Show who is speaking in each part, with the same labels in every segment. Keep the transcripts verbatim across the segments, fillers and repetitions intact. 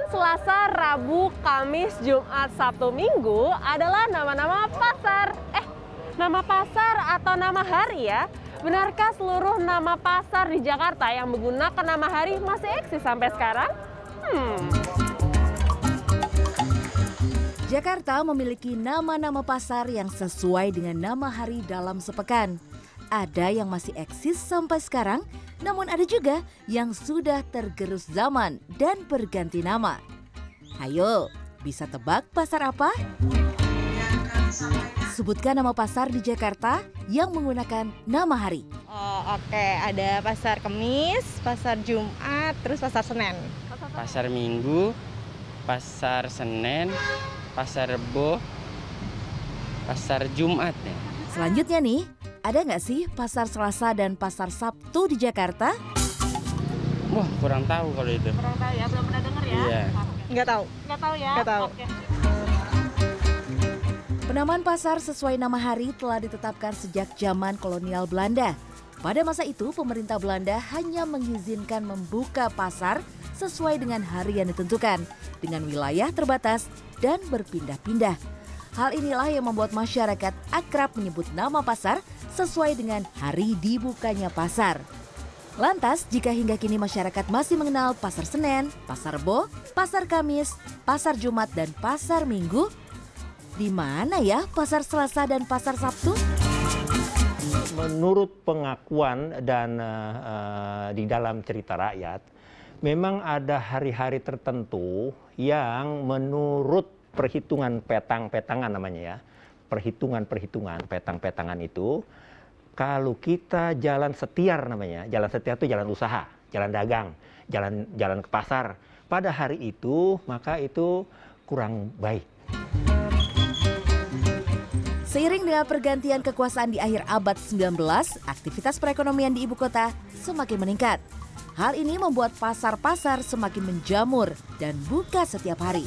Speaker 1: Selasa, Rabu, Kamis, Jumat, Sabtu, Minggu adalah nama-nama pasar. Eh, nama pasar atau nama hari ya? Benarkah seluruh nama pasar di Jakarta yang menggunakan nama hari masih eksis sampai sekarang? Hmm.
Speaker 2: Jakarta memiliki nama-nama pasar yang sesuai dengan nama hari dalam sepekan. Ada yang masih eksis sampai sekarang, namun ada juga yang sudah tergerus zaman dan berganti nama. Ayo, bisa tebak pasar apa? Sebutkan nama pasar di Jakarta yang menggunakan nama hari.
Speaker 3: Oh, oke, ada pasar Kamis, pasar Jumat, terus pasar Senen.
Speaker 4: Pasar Minggu, pasar Senen, pasar Rebo, pasar Jumat ya.
Speaker 2: Selanjutnya nih, ada nggak sih pasar Selasa dan pasar Sabtu di Jakarta?
Speaker 4: Wah, kurang tahu kalau itu.
Speaker 1: Kurang tahu ya, belum pernah dengar ya?
Speaker 4: Iya.
Speaker 3: Nggak tahu.
Speaker 1: Nggak tahu ya?
Speaker 3: Nggak tahu.
Speaker 1: Oke.
Speaker 2: Penamaan pasar sesuai nama hari telah ditetapkan sejak zaman kolonial Belanda. Pada masa itu, pemerintah Belanda hanya mengizinkan membuka pasar sesuai dengan hari yang ditentukan, dengan wilayah terbatas dan berpindah-pindah. Hal inilah yang membuat masyarakat akrab menyebut nama pasar sesuai dengan hari dibukanya pasar. Lantas, jika hingga kini masyarakat masih mengenal pasar Senen, pasar Rebo, pasar Kamis, pasar Jumat, dan pasar Minggu, di mana ya pasar Selasa dan pasar Sabtu?
Speaker 5: Menurut pengakuan dan uh, di dalam cerita rakyat, memang ada hari-hari tertentu yang menurut perhitungan petang-petangan namanya ya, perhitungan-perhitungan petang-petangan itu, kalau kita jalan setiar namanya, jalan setiar itu jalan usaha, jalan dagang, jalan jalan ke pasar, pada hari itu maka itu kurang baik.
Speaker 2: Seiring dengan pergantian kekuasaan di akhir abad sembilan belas, aktivitas perekonomian di ibu kota semakin meningkat. Hal ini membuat pasar-pasar semakin menjamur dan buka setiap hari.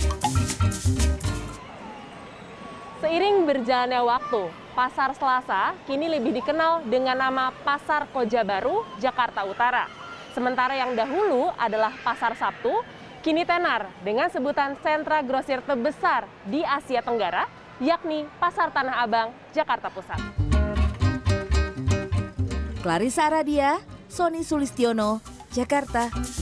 Speaker 1: Seiring berjalannya waktu, Pasar Selasa kini lebih dikenal dengan nama Pasar Koja Baru, Jakarta Utara. Sementara yang dahulu adalah Pasar Sabtu, kini tenar dengan sebutan sentra grosir terbesar di Asia Tenggara, yakni Pasar Tanah Abang, Jakarta Pusat.
Speaker 2: Clarissa Aradia, Sony Sulistiono, Jakarta.